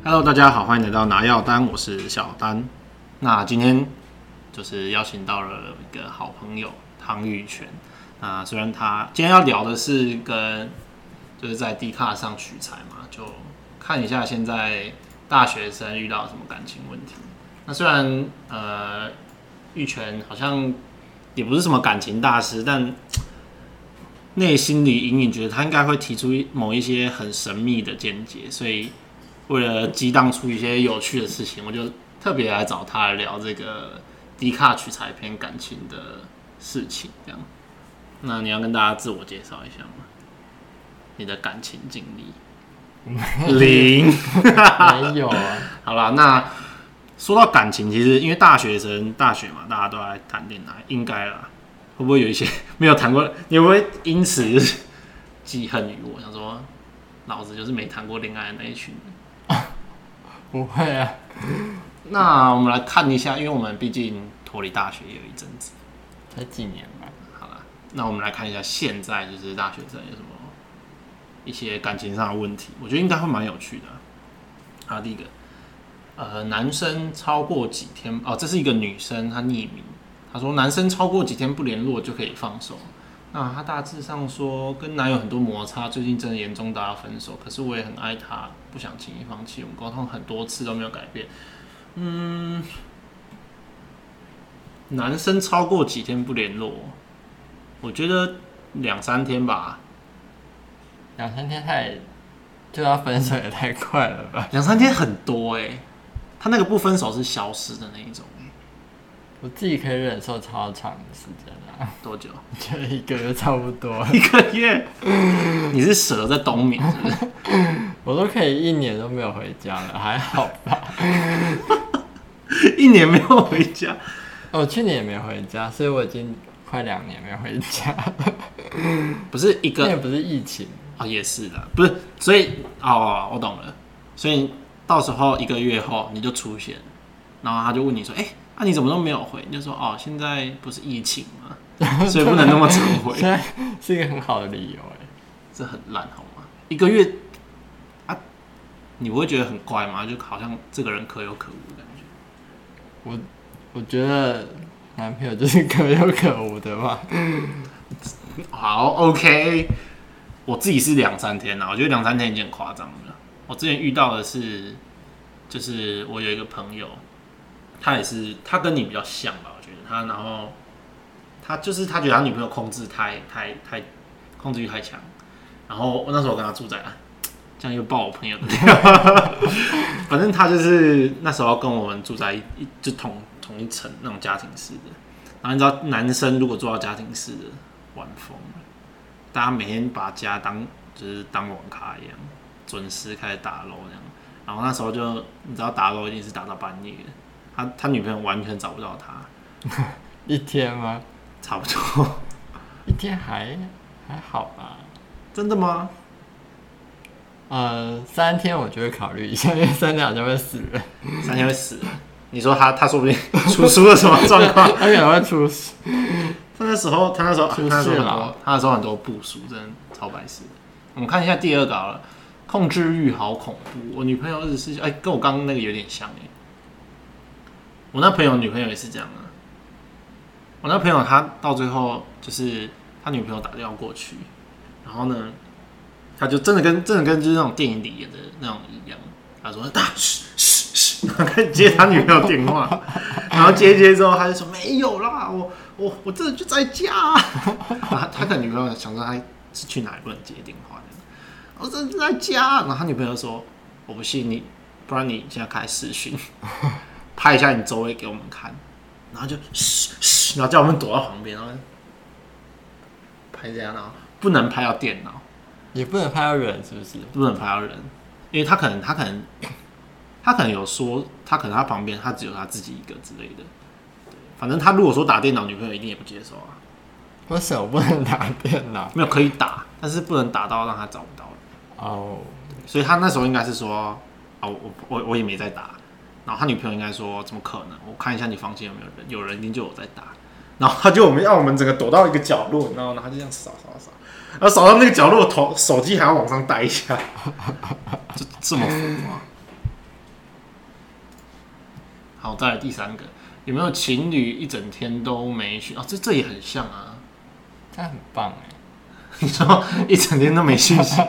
Hello， 大家好，欢迎来到拿药单，我是小丹。那今天就是邀请到了一个好朋友汤玉泉。那虽然他今天要聊的是就是在 Dcard 上取材嘛，就看一下现在大学生遇到什么感情问题。那虽然玉泉好像也不是什么感情大师，但内心里隐隐觉得他应该会提出某一些很神秘的见解，所以为了激荡出一些有趣的事情，我就特别来找他来聊这个 Dcard 取材篇感情的事情。这样，那你要跟大家自我介绍一下吗？你的感情经历零， 没有啊。 好啦，那说到感情，其实因为大学嘛，大家都在谈恋爱，应该啦。会不会有一些没有谈过？你会不会因此就是记恨于我？想说，老子就是没谈过恋爱的那一群人。 不会啊。 那我们来看一下，因为我们毕竟脱离大学也有一阵子， 才几年吧。 好了，那我们来看一下现在就是大学生有什么一些感情上的问题，我觉得应该会蛮有趣的。好，第一个，男生超过几天哦，这是一个女生，她匿名，她说男生超过几天不联络就可以放手。那她大致上说跟男友很多摩擦，最近真的严重到要分手，可是我也很爱他，不想轻易放弃。我们沟通很多次都没有改变。男生超过几天不联络，我觉得2-3天吧。 2-3天就要分手也太快了吧 ？2-3天很多他那个不分手是消失的那一种我自己可以忍受超长的时间啊。 多久？ 就1个月差不多。 1个月？你是蛇在冬眠是不是？ 我都可以1年都没有回家了，还好吧 ？1年没有回家？ 我去年也没回家，所以我已经快2年没回家了。 不是一个， 那也不是疫情也是的，不是，所以我懂了，所以到时候1个月后你就出现，然后他就问你说，你怎么都没有回？你就说现在不是疫情吗？所以不能那么常回。 现在是一个很好的理由这很烂好吗？1个月你不会觉得很怪吗？就好像这个人可有可无的感觉。我觉得男朋友就是可有可无的嘛。 好 ，OK。我自己是2-3天啦，我觉得2-3天已经很夸张了。我之前遇到的是，就是我有一个朋友，他跟你比较像吧，我觉得然后他觉得他女朋友控制控制欲太强，然后那时候我跟他住在这样又爆我朋友的料，反正他就是那时候跟我们住在就同一层那种家庭式的，然后你知道男生如果住到家庭式的，玩疯了，大家每天把家就是当网咖一样，准时开始打 LOL 这样，然后那时候就你知道打 LOL 一定是打到半夜的，他女朋友完全找不到他。 1天吗？ 差不多。 1天还好吧？ 真的吗 ？3天我就会考虑一下，因为3天好像会死人。 3天会死人？你说他说不定出了什么状况？ 他可能会出事。 他那时候很多部署，真的超白痴的。我们看一下第2个好了，控制欲好恐怖。我女朋友24小时，跟我刚刚那个有点像我那朋友女朋友也是这样啊。我那朋友他到最后就是他女朋友打电话过去，然后呢，他就真的跟就是那种电影里演的那种一样，他说然后开始接他女朋友电话，然后接之后他就说没有啦，我真的就在家他跟女朋友想说他是去哪里不能接电话的，我真的在家，然后他女朋友说我不信你，不然你现在开视讯，拍一下你周围给我们看，然后就然后叫我们躲到旁边，然后拍这样，然后不能拍到电脑， 也不能拍到人，是不是？ 不能拍到人，因为他可能有说，他旁边他只有他自己一个之类的，反正他如果说打电脑，女朋友一定也不接受啊。 为什么不能打电脑？ 没有可以打，但是不能打到让他找不到所以他那时候应该是说我也没在打，然后他女朋友应该说怎么可能？我看一下你房间有没有人，有人一定就有在打。然后他就要我们整个躲到一个角落，然后他就这样扫，然后扫到那个角落，手机还要往上带一下，就这么浮吗？ 好，再来第3个，有没有情侣一整天都没讯？这也很像啊， 这很棒哎。 你说一整天都没讯息，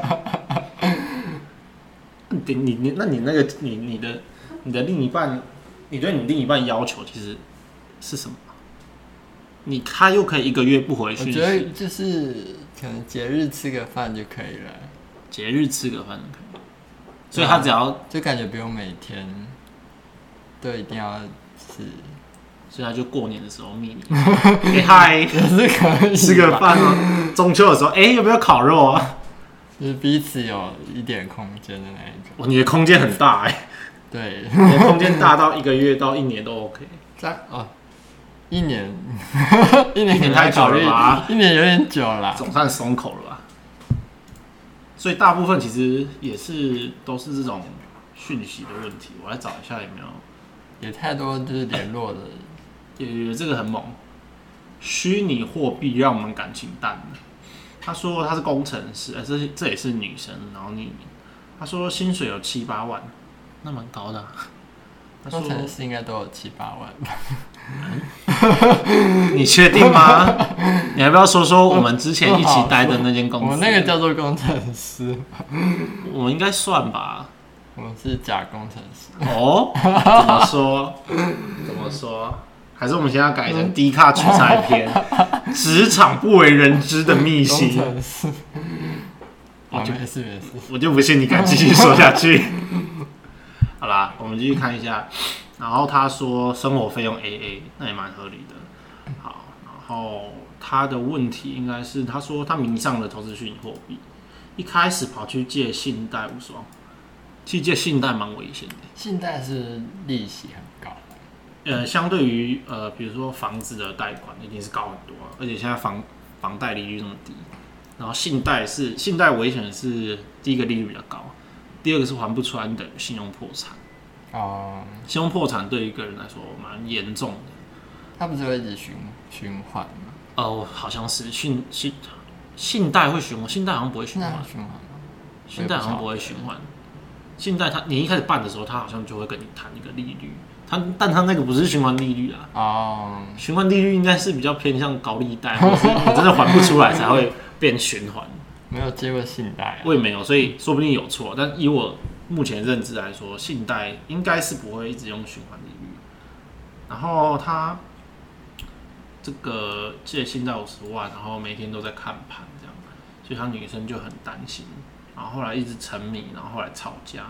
那你那个你的另一半，你对你另一半要求其实是什么？他又可以1个月不回讯息， 我觉得就是可能节日吃个饭就可以了。 节日吃个饭就可以，所以他只要就感觉不用每天都一定要吃， 所以他就过年的时候密你，嗨， 也是可以吃个饭哦。中秋的时候，有没有烤肉啊？ 就是彼此有一点空间的那一种。 你的空间很大对， 你的空间大到1个月到1年都 OK。 一年一年太久了吧 ？1年有点久了啦， 总算松口了吧？所以大部分其实都是这种讯息的问题。我来找一下有没有， 也太多就是联络的， 有这个很猛。虚拟货币让我们感情淡了。他说他是工程师，这也是女生，然后匿名。他说薪水有7、8万，那蛮高的工程师应该都有7、8万吧？ 你确定吗？你要不要说说我们之前一起待的那间公司？ 我那个叫做工程师， 我们应该算吧。 我是假工程师。 怎么说？怎么说？还是我们现在改成低卡取材篇，职场不为人知的秘辛。 工程师。没事。 我就不信你敢继续说下去。好啦，我们继续看一下。然后他说生活费用 AA， 那也蛮合理的。好，然后他的问题应该是，他说他迷上了投资虚拟货币，一开始跑去借信贷50万，其实借信贷蛮危险的。 信贷是利息很高。 相对于比如说房子的贷款一定是高很多，而且现在房贷利率那么低。然后信贷危险的是第一个利率比较高，第二个是还不出来等于信用破产。信用破产对于一个人来说蛮严重的。 他不是会一直循环吗？ 好像是信贷会循环，信贷好像不会循环。信贷好像不会循环。信贷你一开始办的时候，他好像就会跟你谈一个利率，但他那个不是循环利率啊。循环利率应该是比较偏向高利贷，或是你真的还不出来才会变循环。 没有接过信贷我也没有，所以说不定有错。但以我目前认知来说，信贷应该是不会一直用循环利率。然后他这个借信贷50万，然后每天都在看盘这样，所以他女生就很担心。然后后来一直沉迷，然后后来吵架。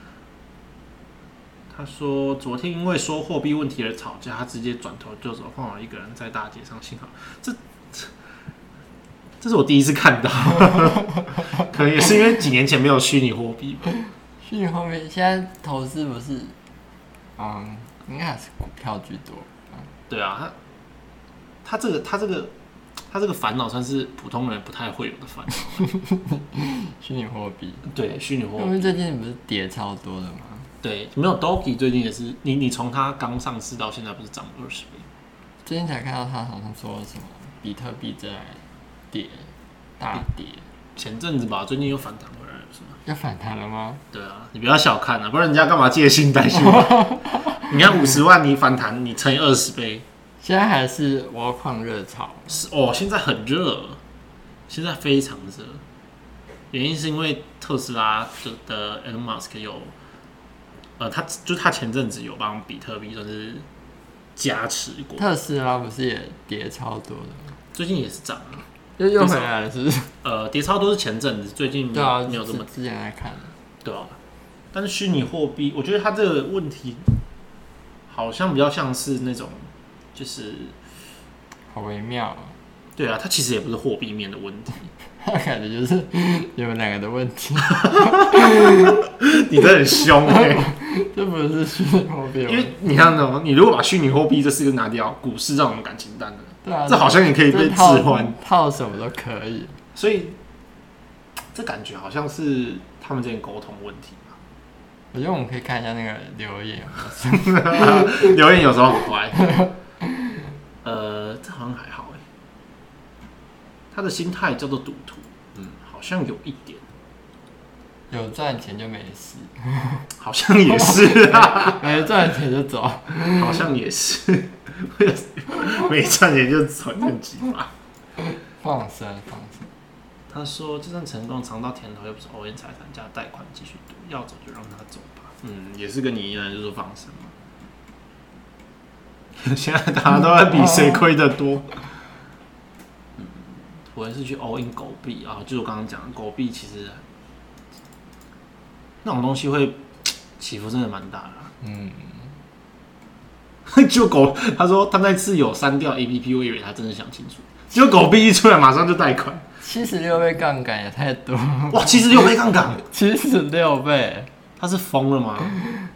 他说昨天因为说货币问题而吵架，他直接转头就走，放了一个人在大街上。幸好这是我第一次看到，可能也是因为几年前没有虚拟货币吧。 虚拟货币现在投资不是，应该还是股票居多。 对啊，他这个烦恼算是普通人不太会有的烦恼。 虚拟货币， 对，虚拟货币。 因为最近不是跌超多的吗？ 对，没有 Doge 最近也是，你从它刚上市到现在不是涨了20倍？ 最近才看到他好像说什么比特币在大跌。 前阵子吧，最近又反弹回来了，是吗？ 要反弹了吗？ 对啊，你不要小看啊，不然人家干嘛借信贷去买？你看50万，你反弹，你乘以20倍。 现在还是挖矿热潮。 现在很热，现在非常热。原因是因为特斯拉的 Elon Musk 有，他前阵子有帮比特币算是加持过。 特斯拉不是也跌超多的吗？ 最近也是涨了， 又回来了，是不是？ 跌超多是前阵子，最近没有这么之前在看的。 对啊，但是虚拟货币，我觉得它这个问题好像比较像是那种，就是好微妙。 对啊，它其实也不是货币面的问题， 它感觉就是你们两个的问题。 你真的很凶这不是虚拟货币， 因为你看你如果把虚拟货币这4个拿掉，股市让我们感情淡了。 对啊， 这好像也可以被置换， 套什么都可以。 所以这感觉好像是他们之间沟通问题吧。 我觉得我们可以看一下那个留言， 留言有时候很乖。这好像还好他的心态叫做赌徒，好像有一点。 有赚钱就没事， 好像也是啊， 没赚钱就走， 好像也是，没赚钱就走，很奇葩。 放生。 他说，就算成功尝到甜头，又不是偶然财产加贷款继续赌，要走就让他走吧。也是跟你一样，就是放生嘛。现在大家都在比谁亏得多。我也是去 all in 狗币啊，就是我刚刚讲的狗币，其实那种东西会起伏真的蛮大的。就狗，他说他那次有删掉 APP， 我以为他真的想清楚，结果狗币一出来马上就贷款。 76倍杠杆也太多， 哇！76倍杠杆 ，76倍， 他是疯了吗？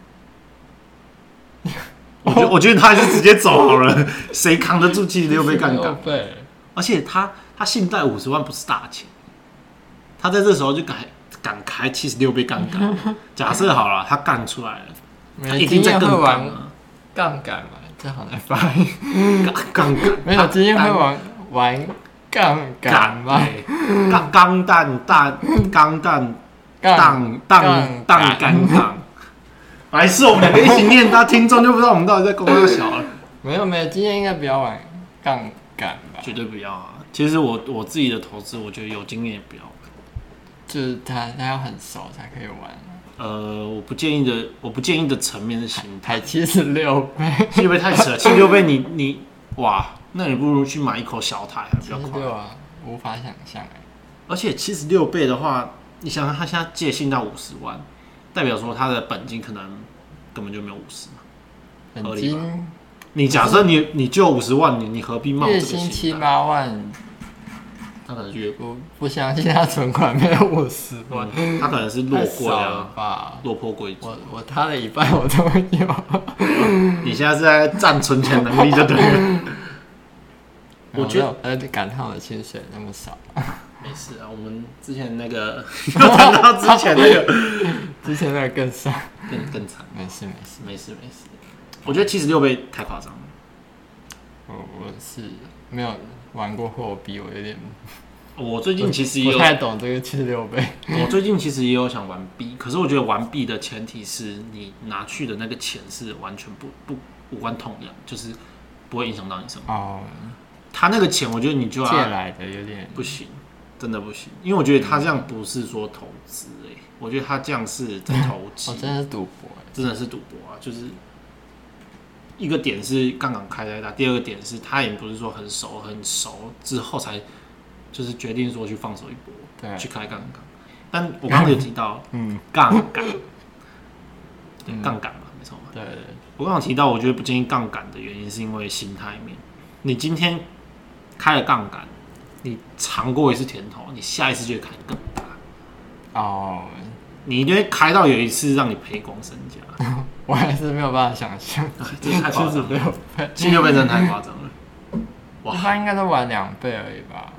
我觉得他还是直接走好了，谁扛得住76倍杠杆？而且他信贷50万不是大钱，他在这时候就敢开76倍杠杆。假设好了，他干出来了，他一定在更干啊。 杠杆嘛，这好难发音。 杠杆没有经验会玩杠杆吗？ 钢蛋钢蛋荡杆杠。白痴，我们两个一起念，他听众就不知道我们到底在公多小了。 没有，今天应该不要玩杠杆吧？ 绝对不要啊！其实我自己的投资，我觉得有经验也不要玩。 就是他要很熟才可以玩。 我不建议的层面是心态。 才76倍 ，76倍太扯了，76倍你哇，那你不如去买一口小台比较快。 76啊，无法想象哎。 而且76倍的话，你想想他现在借信到50万，代表说他的本金可能根本就没有50嘛， 本金。 你假设你就50万，你何必冒这个信贷？ 月薪7、8万。 他可能就我不相信他存款没有50万， 他可能是落贵啊吧， 落魄贵族。 我他的一半我都有。 你现在是在占存钱能力就对了。 我觉得感叹我的薪水那么少。 没事啊，我们之前那个又谈到之前那个更少， 更惨。 没事。 我觉得76倍太夸张了。 我是没有玩过货币，我有点。 我最近其实也有不太懂这个76倍。 我最近其实也有想玩币，可是我觉得玩币的前提是你拿去的那个钱是完全不无关痛痒，就是不会影响到你生活。 哦。 他那个钱，我觉得你就要借来的有点不行，真的不行，因为我觉得他这样不是说投资我觉得他这样是在投机。 真的是赌博真的是赌博啊！就是一个点是杠杆开太大，第二个点是他也不是说很熟之后才就是决定说去放手一搏，去开杠杆。但我刚刚有提到，杠杆，对，杠杆嘛，没错嘛。 对。 我刚刚提到，我觉得不建议杠杆的原因是因为心态面。你今天开了杠杆，你尝过一次甜头，你下一次就会开更大。 哦。 你一定会开到有一次让你赔光身家。 我还是没有办法想象， 这太夸张了，76倍真的太夸张了。 哇，他应该都玩2倍而已吧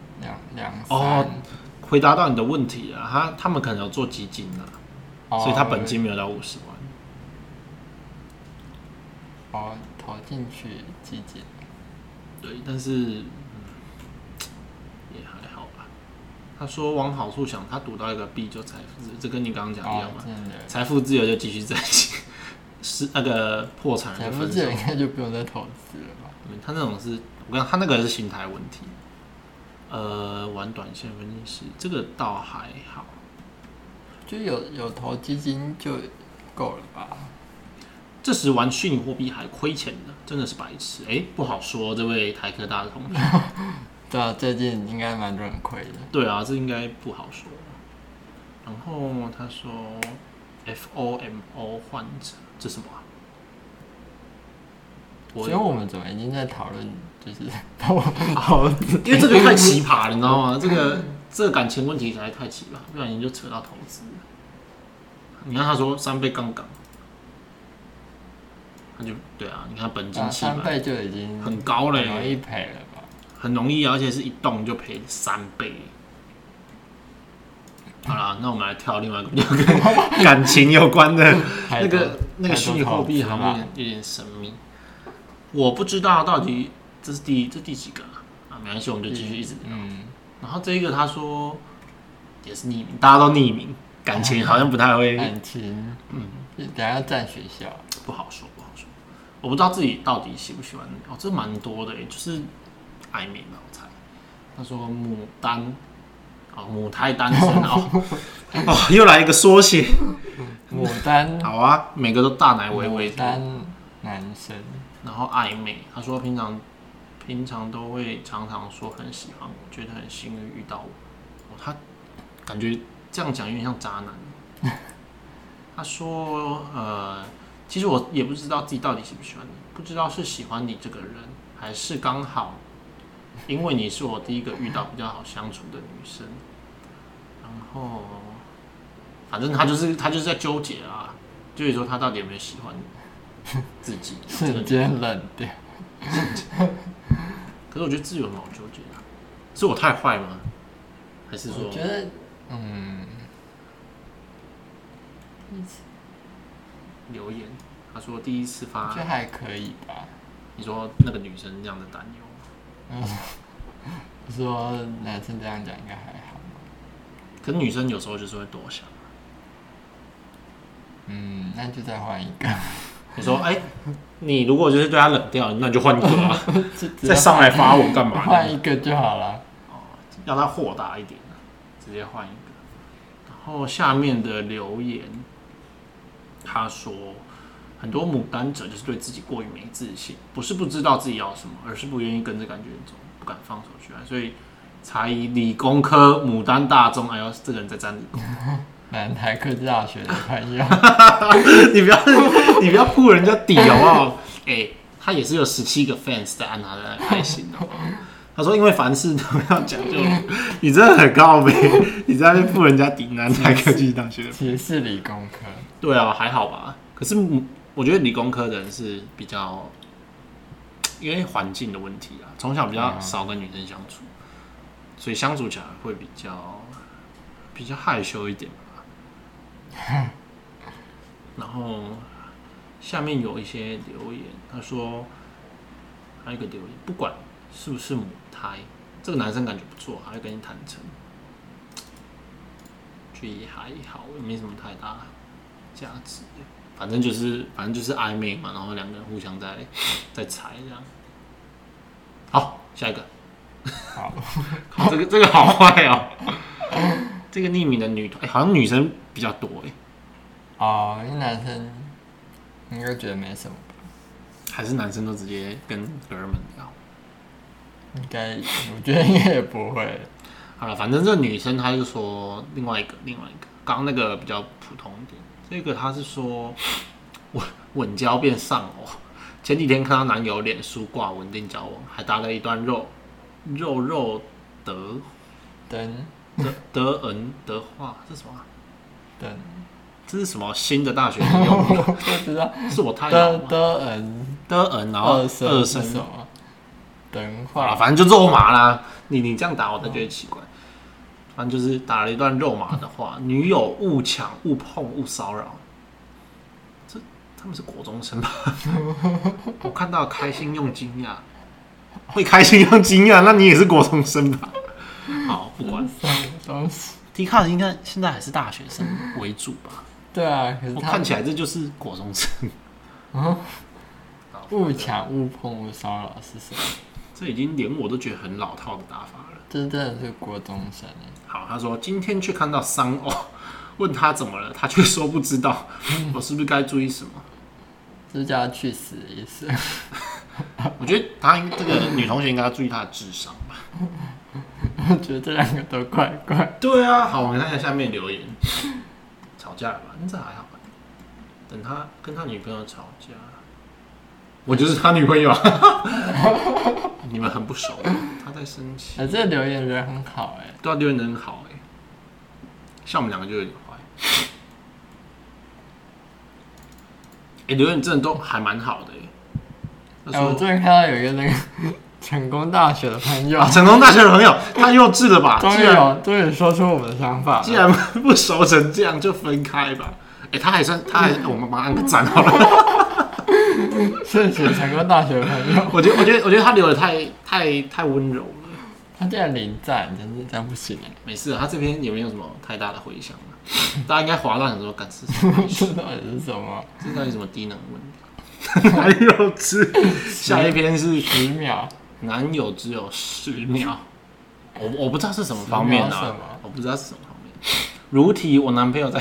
，2、3。 哦，回答到你的问题啊，他们可能有做基金所以他本金没有到50 万。投进去基金。 对，但是也还好吧。他说往好处想，他赌到一个币就财富，这跟你刚刚讲一样嘛。财富自由就继续在一起，是那个破产就分手。财富自由应该就不用再投资了吧？ 他那种是，我跟他那个是心态问题。玩短线分析师这个倒还好， 就有投基金就够了吧？ 这时玩虚拟货币还亏钱的，真的是白痴。不好说，这位台科大的同学。 对啊，最近应该蛮多人亏的。 对啊，这应该不好说。然后他说 FOMO 患者，这是什么啊？ 所以我们怎么已经在讨论就是因为这个太奇葩了，你知道吗？这个感情问题才太奇葩，不小心就扯到投资。你看他说3倍杠杆。那就对啊，你看本金700，3 倍就已经很高了，很容易赔了吧？ 很容易，而且是一动就赔3倍。好啦，那我们来跳另外一个比较跟感情有关的那个虚拟货币，好像有点神秘。我不知道到底这第几个啊？没关系，我们就继续一直聊。然后这一个他说也是匿名，大家都匿名。 感情好像不太会。 感情，等下要占学校， 不好说。我不知道自己到底喜不喜欢哦，这蛮多的耶，就是暧昧吧，我猜。他说牡丹，母胎单身又来一个缩写。 牡丹， 好啊，每个都大奶微微。 牡丹男生， 然后暧昧，他说平常都会常常说很喜欢我，觉得很幸运遇到我。他感觉这样讲有点像渣男。他说其实我也不知道自己到底喜不喜欢你，不知道是喜欢你这个人，还是刚好因为你是我第一个遇到比较好相处的女生。然后反正他就是在纠结啊，就是说他到底有没有喜欢自己， 瞬间冷掉。 可是我觉得这有什么好纠结的？是我太坏吗？还是说？ 我觉得， 留言，他说第一次发， 我觉得还可以吧。 你说那个女生那样的担忧， 说男生这样讲应该还好。 可是女生有时候就是会多想。 那就再换一个。 你说，你如果就是对他冷掉，那你就换一个啊，再上来发我干嘛？ 换一个就好了。 让他豁达一点，直接换一个。然后下面的留言，他说很多牡丹者就是对自己过于没自信，不是不知道自己要什么，而是不愿意跟着感觉走，不敢放手去爱，所以才以理工科牡丹大众。哎呦，这个人在沾理工。 南台科技大学的朋友， 你不要扑人家底好不好？他也是有17个 fans 在按他的开心的。他说因为凡事都要讲究，你真的很高呗，你在那边扑人家底，南台科技大学的。 其实是理工科。 对啊，还好吧。可是我觉得理工科的人是比较，因为环境的问题啊，从小比较少跟女生相处，所以相处起来会比较害羞一点吧。然后下面有一些留言，他说还有一个留言，不管是不是母胎，这个男生感觉不错，还会跟你坦诚，就也还好，也没什么太大价值。反正就是暧昧嘛，然后两个人互相在猜这样。好，下一个。好，这个好坏哦。这个匿名的女团，好像女生比较多因为男生应该觉得没什么吧？ 还是男生都直接跟哥们聊？ 应该，我觉得应该也不会。 好了，反正这女生她就说另外一个，刚刚那个比较普通一点。这个她是说稳交变丧偶，前几天看到男友脸书挂稳定交往，还搭了一段肉德恩德话，这是什么？这是什么新的大学用语？ 不知道， 是我太老吗？德恩，然后二声什么？等会儿， 反正就肉麻啦。你这样打我才觉得奇怪。反正就是打了一段肉麻的话，女友勿抢、勿碰、勿骚扰。他们是国中生吧？我看到开心用惊讶，会开心用惊讶，那你也是国中生吧？好，不管。T 卡应该现在还是大学生为主吧？ 对啊，可是我看起来这就是国中生。 勿抢、勿碰、勿骚扰是什么？ 这已经连我都觉得很老套的打法了。 这真的是国中生耶。 好，他说今天却看到丧偶，问他怎么了，他却说不知道。我是不是该注意什么？ 是叫他去死的意思。 我觉得这个女同学应该要注意她的智商吧。 我觉得这两个都怪怪。 对啊，好，我们看一下下面留言。吵架了吧？这还好吧？等他跟他女朋友吵架，我就是他女朋友。你们很不熟，他在生气。 这个留言人很好哎。 对啊，留言人很好哎。像我们两个就有点坏。留言真的都还蛮好的我最近看到有一个那个成功大学的朋友， 成功大学的朋友，太幼稚了吧？ 终于说出我们的想法了。 既然不熟成这样，就分开吧。他还我们帮他按个赞好了。 谢谢成功大学的朋友。 我觉得他留的太温柔了。 他竟然0赞，真是这样不行哎。 没事，他这边也没有什么太大的回响了。 大家应该滑到想说，干是什么？ 这到底是什么？ 这到底什么低能问题？男友只下一篇是 10秒， 男友只有10秒。我不知道是什么方面啊，我不知道是什么方面。如题，我男朋友在。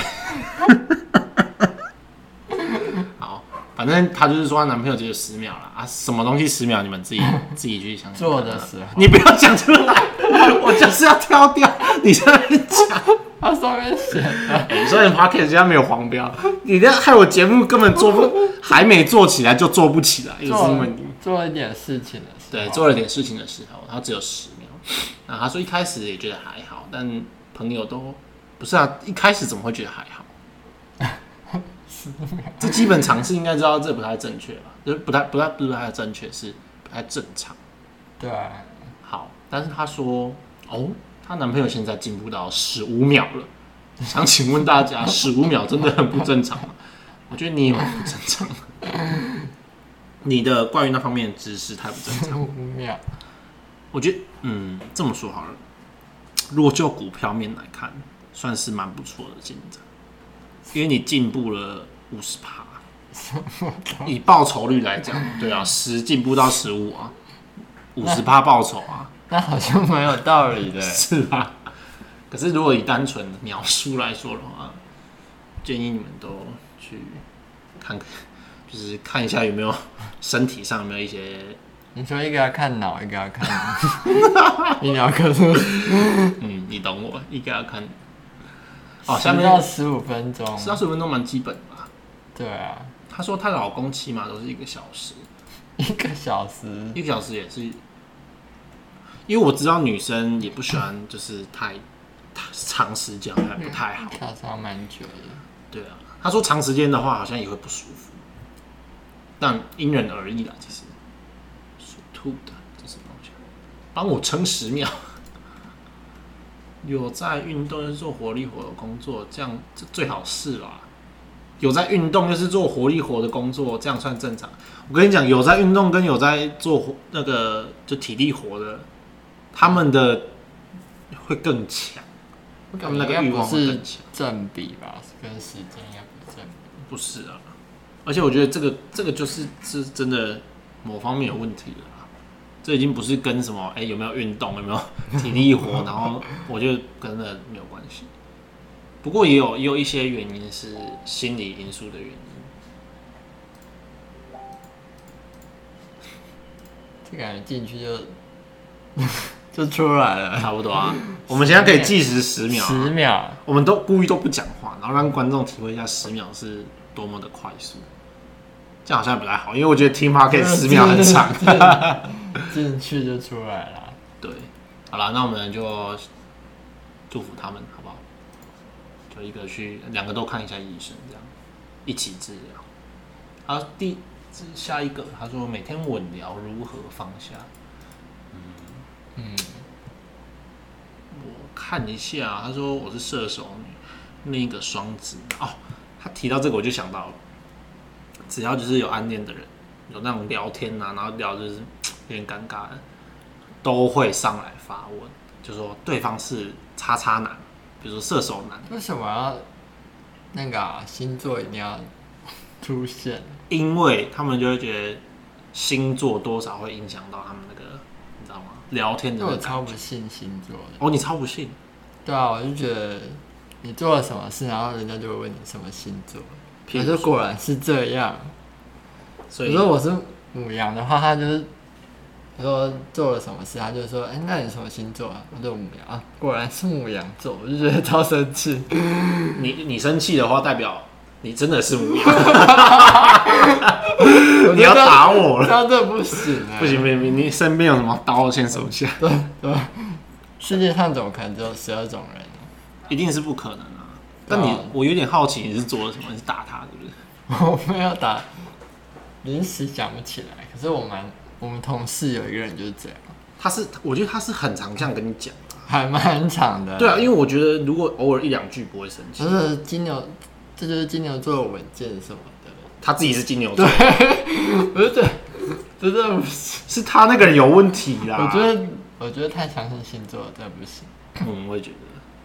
好，反正他就是说他男朋友只有10秒了啊，什么东西10秒，你们自己去想想。 做的时候， 你不要讲出来，我就是要挑掉你在那边讲。 它上面写的， 你说你 podcast 现在没有黄标，你这样害我节目根本还没做起来就做不起来，有什么问题？ 做了一点事情的时候， 对，做了点事情的时候，他只有10秒。那他说一开始也觉得还好，但朋友都不是啊，一开始怎么会觉得还好？这基本常识应该知道，这不太正确吧？就是不是太正确，是不太正常。 对。 好，但是他说哦，她男朋友现在进步到15秒了。想请问大家，15秒真的很不正常吗？我觉得你也蛮不正常的。你的关于那方面的知识太不正常。 15秒， 我觉得，这么说好了，如果就股票面来看，算是蛮不错的进展，因为你进步了50%。以报酬率来讲，对啊，10进步到15啊，50%报酬啊， 那好像蛮有道理的， 是吧？可是如果以单纯描述来说的话，建议你们都去看，就是看一下有没有身体上有没有一些。 你说一个要看脑，一个要看医疗科是不是？ 你懂我，一个要看。哦，下面 10到15分钟 ，10到15分钟蛮基本的吧？ 对啊。 她说她老公起码都是1个小时。 1个小时 ？1个小时也是，因为我知道女生也不喜欢就是太长时间，还不太好。 小时蛮久的。 对啊，她说长时间的话好像也会不舒服，但因人而异啦，其实。属兔的，这是什么东西？帮我撑10秒。有在运动就是做活力活的工作，这样最好是啦。有在运动就是做活力活的工作，这样算正常。我跟你讲，有在运动跟有在做那个就体力活的，他们的会更强，他们那个欲望会更强。 正比吧，跟时间应该不是正比。 不是啊，而且我觉得这个就是真的某方面有问题了。这已经不是跟什么有没有运动有没有体力活，然后我觉得跟那没有关系。不过也有一些原因是心理因素的原因。 这感觉进去就出来了， 差不多啊。我们现在可以计时10秒 ，10秒， 我们都故意都不讲话，然后让观众体会一下10秒是多么的快速。这样好像不太好，因为我觉得听 podcast 10秒很长。 进去就出来了。 对，好啦，那我们就祝福他们，好不好？就2个都看一下医生，这样一起治疗。好，下一个，他说每天稳聊如何放下？我看一下，他说我是射手女，另一个双子。哦，他提到这个我就想到了，只要就是有暗恋的人，有那种聊天啊，然后聊就是有点尴尬的，都会上来发问，就说对方是叉叉男，比如说射手男。 为什么要那个星座一定要出现？ 因为他们就会觉得星座多少会影响到他们那个，你知道吗？聊天的那个感觉。 我超不信星座的。 哦，你超不信？ 对啊，我就觉得你做了什么事，然后人家就会问你什么星座，我说果然是这样。所以如果我是牡羊的话，他就是说做了什么事，他就说，那你什么星座啊？我说牡羊啊，果然是牡羊座，我就觉得超生气。 你生气的话，代表你真的是牡羊。你要打我了， 这样真的不行不行，你身边有什么刀先收下。 对，世界上怎么可能只有12种人？ 一定是不可能啊！但我有点好奇，你是做了什么？你是打他，对不对？我没有打，临时想不起来。可是我们同事有一个人就是这样。 我觉得他是很常这样跟你讲， 还蛮长的。 对啊，因为我觉得如果偶尔1-2句不会生气。 就是金牛，这就是金牛座的稳健什么的。 他自己是金牛座， 我就觉得真的不行， 是他那个人有问题啦。 我觉得太相信星座真的不行。 我也觉得。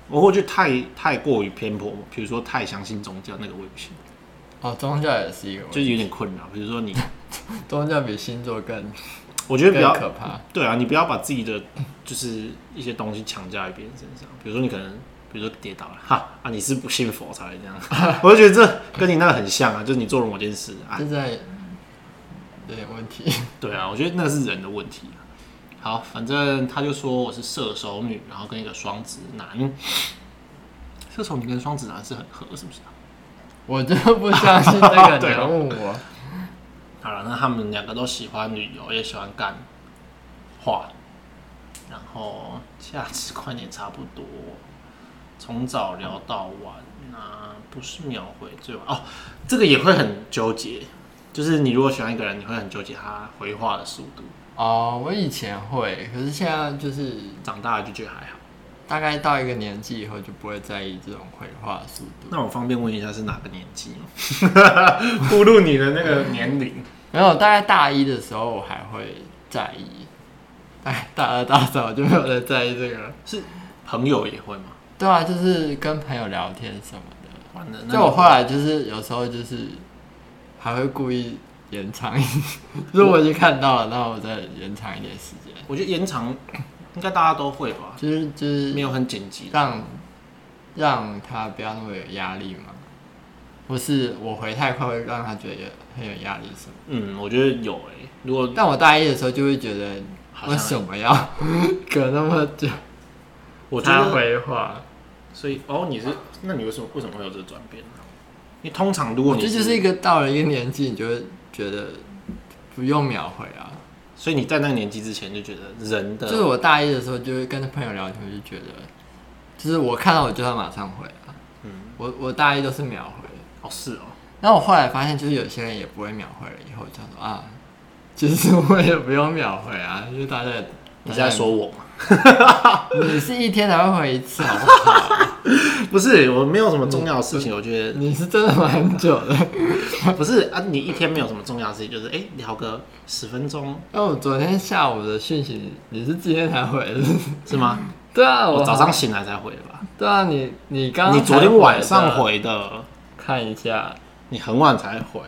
我会觉得太过于偏颇，比如说太相信宗教，那个我也不行。 哦，宗教也是一个问题， 就是有点困扰。比如说你宗教比星座更， 我觉得比较可怕。 对啊，你不要把自己的就是一些东西强加在别人身上。比如说你可能，比如说跌倒了，哈啊，你是不信佛才会这样。我就觉得这跟你那个很像啊，就是你做了某件事啊， 现在有点问题。 对啊，我觉得那是人的问题啊。好，反正他就说我是射手女，然后跟一个双子男。射手女跟双子男是很合，是不是啊？ 我就不相信这个，你问我。 好了，那他们两个都喜欢旅游，也喜欢干画，然后价值观也差不多，从早聊到晚，那不是秒回最晚哦。这个也会很纠结，就是你如果喜欢一个人，你会很纠结他回话的速度。 哦，我以前会，可是现在就是长大了就觉得还好。 大概到一个年纪以后，就不会在意这种回话的速度。 那我方便问一下是哪个年纪吗？暴露你的那个年龄。 没有，大概大一的时候我还会在意，大概大二大三我就没有再在意这个了。 是朋友也会吗？ 对啊，就是跟朋友聊天什么的。就我后来就是有时候就是还会故意延长一点，就是我已经看到了，那我再延长一点时间。 我觉得延长应该大家都会吧， 就是没有很紧急， 让他不要那么有压力嘛。或是我回太快会让他觉得很有压力什么？ 嗯，我觉得有如果但我大一的时候就会觉得，为什么要隔那么久？ 我觉得回话。 所以那你为什么会有这个转变呢？因为通常如果你这就是一个到了一个年纪，你就会觉得不用秒回啊。 所以你在那个年纪之前就觉得人的， 就是我大一的时候就会跟朋友聊天，我就觉得，就是我看到我就要马上回啊。我大一都是秒回。 哦，是哦。 然后我后来发现，就是有些人也不会秒回了，以后就说啊，其实我也不用秒回啊，因为大家你在说我吗？ 你是一天才会回一次，好不好？ 不是，我没有什么重要的事情，我觉得你是真的蛮久的。 不是啊，你一天没有什么重要的事情，就是聊个10分钟。 我昨天下午的讯息你是今天才回的， 是吗？ 对啊， 我早上醒来才回的吧？ 对啊，你昨天晚上回的。 看一下， 你很晚才回，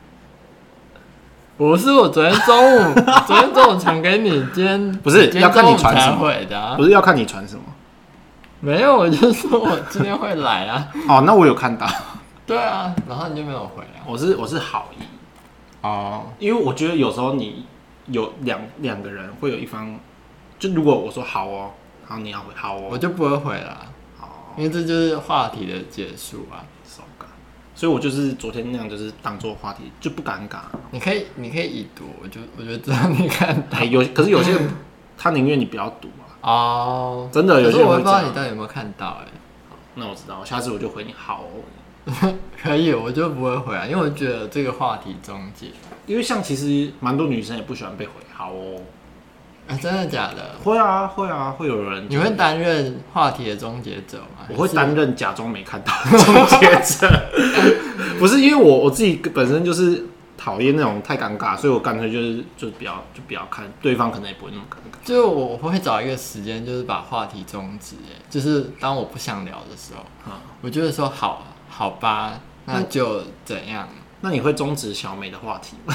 不是我昨天中午传给你，今天不是要看你传什么回的啊？ 不是要看你传什么？ 没有，我就说我今天会来啊。 哦，那我有看到。 对啊，然后你就没有回啊？ 我是好意哦， 因为我觉得有时候你有两个人会有一方，就如果我说好哦，然后你要回好哦， 我就不会回了。哦，因为这就是话题的结束啊。 所以我就是昨天那样，就是当做话题，就不尴尬。 你可以已读，我就知道你看到。 可是有些人他宁愿你不要读啊。 哦， 真的有些人会这样。 可是我不知道你到底有没有看到那我知道，下次我就回你好哦。 可以，我就不会回啊，因为我觉得这个话题终结。 因为像其实蛮多女生也不喜欢被回好哦。 真的假的？ 会啊，会有人。 你会担任话题的终结者吗？ 我会担任假装没看到的终结者。不是因为我自己本身就是讨厌那种太尴尬，所以我干脆就不要看，对方可能也不会那么尴尬。 就我会找一个时间，就是把话题终止。就是当我不想聊的时候，我就会说好吧，那就怎样。 那你会终止小美的话题吗？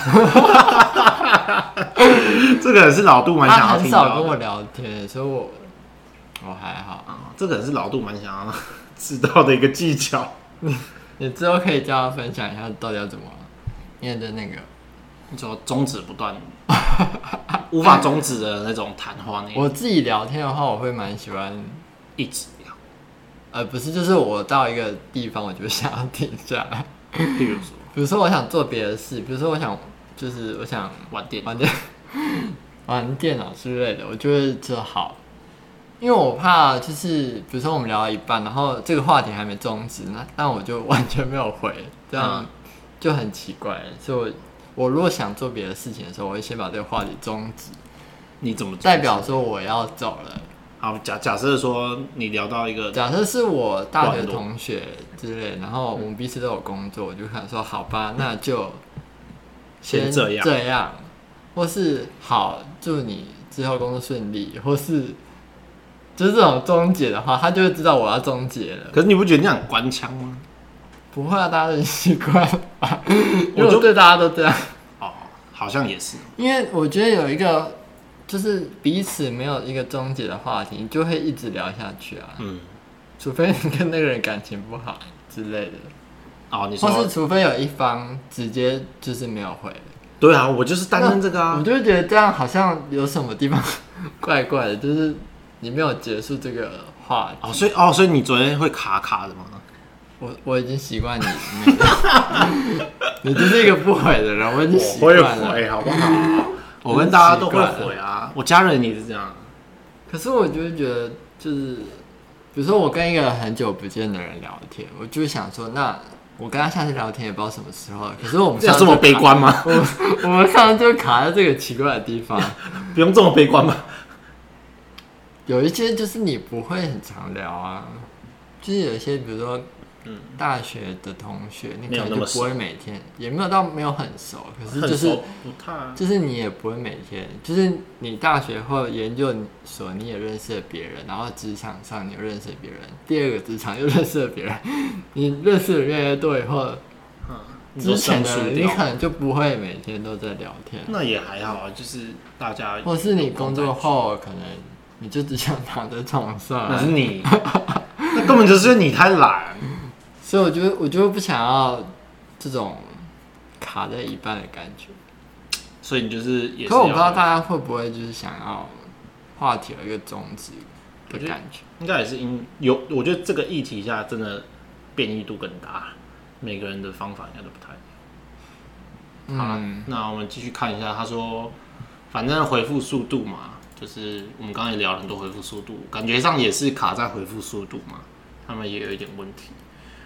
这个人是老杜蛮想要听到的。 他很少跟我聊天，所以我还好。 这个人是老杜蛮想要知道的一个技巧。 你之后可以叫他分享一下到底要怎么念的那个， 你说终止不断，无法终止的那种谈话内容。 我自己聊天的话，我会蛮喜欢一直聊。 不是，就是我到一个地方，我就想要停下来。 比如说我想做别的事，比如说我想玩电脑之类的，我就会做好，因为我怕就是比如说我们聊到一半，然后这个话题还没终止，但我就完全没有回，这样就很奇怪。所以我如果想做别的事情的时候，我会先把这个话题终止。 你怎么代表说我要走了？ 好，假设说你聊到一个， 假设是我大学同学之类，然后我们彼此都有工作，我就想说好吧，那就先这样，或是好，祝你之后工作顺利，或是就是这种终结的话，他就会知道我要终结了。 可是你不觉得那样很官腔吗？ 不会啊，大家都习惯吧。因为我对大家都这样。 哦，好像也是。 因为我觉得有一个就是彼此没有一个终结的话题，你就会一直聊下去啊。除非你跟那个人感情不好之类的。哦，你说，或是除非有一方直接就是没有回。 对啊，我就是担任这个啊。 我就会觉得这样好像有什么地方怪怪的，就是你没有结束这个话题。 所以你昨天会卡卡的吗？ 我已经习惯你，你就是一个不回的人，我已经习惯了。 我会回，好不好？我跟大家都会回啊，我家人也是这样。 可是我就会觉得，就是比如说我跟一个很久不见的人聊天，我就会想说，那我跟他下次聊天也不知道什么时候了。可是我们要这么悲观吗？ 我们上次就卡在这个奇怪的地方， 不用这么悲观吧？ 有一些就是你不会很常聊啊，就是有一些比如说。大学的同学，你可能就不会每天，也没有到没有很熟，可是就是你也不会每天，就是你大学或研究所你也认识了别人，然后职场上你又认识了别人，第二个职场又认识了别人，你认识的越来越多以后，之前的你可能就不会每天都在聊天。 那也还好啊，就是大家， 或是你工作后可能你就只想躺在床上， 那是你，那根本就是你太懒。 所以我就不想要这种卡在一半的感觉。 所以你就是也是。 可我不知道大家会不会就是想要话题有一个终止的感觉。 应该也是我觉得这个议题下真的变异度更大，每个人的方法应该都不太一样。好，那我们继续看一下，他说，反正回复速度嘛，就是我们刚才也聊了很多回复速度，感觉上也是卡在回复速度嘛，他们也有一点问题。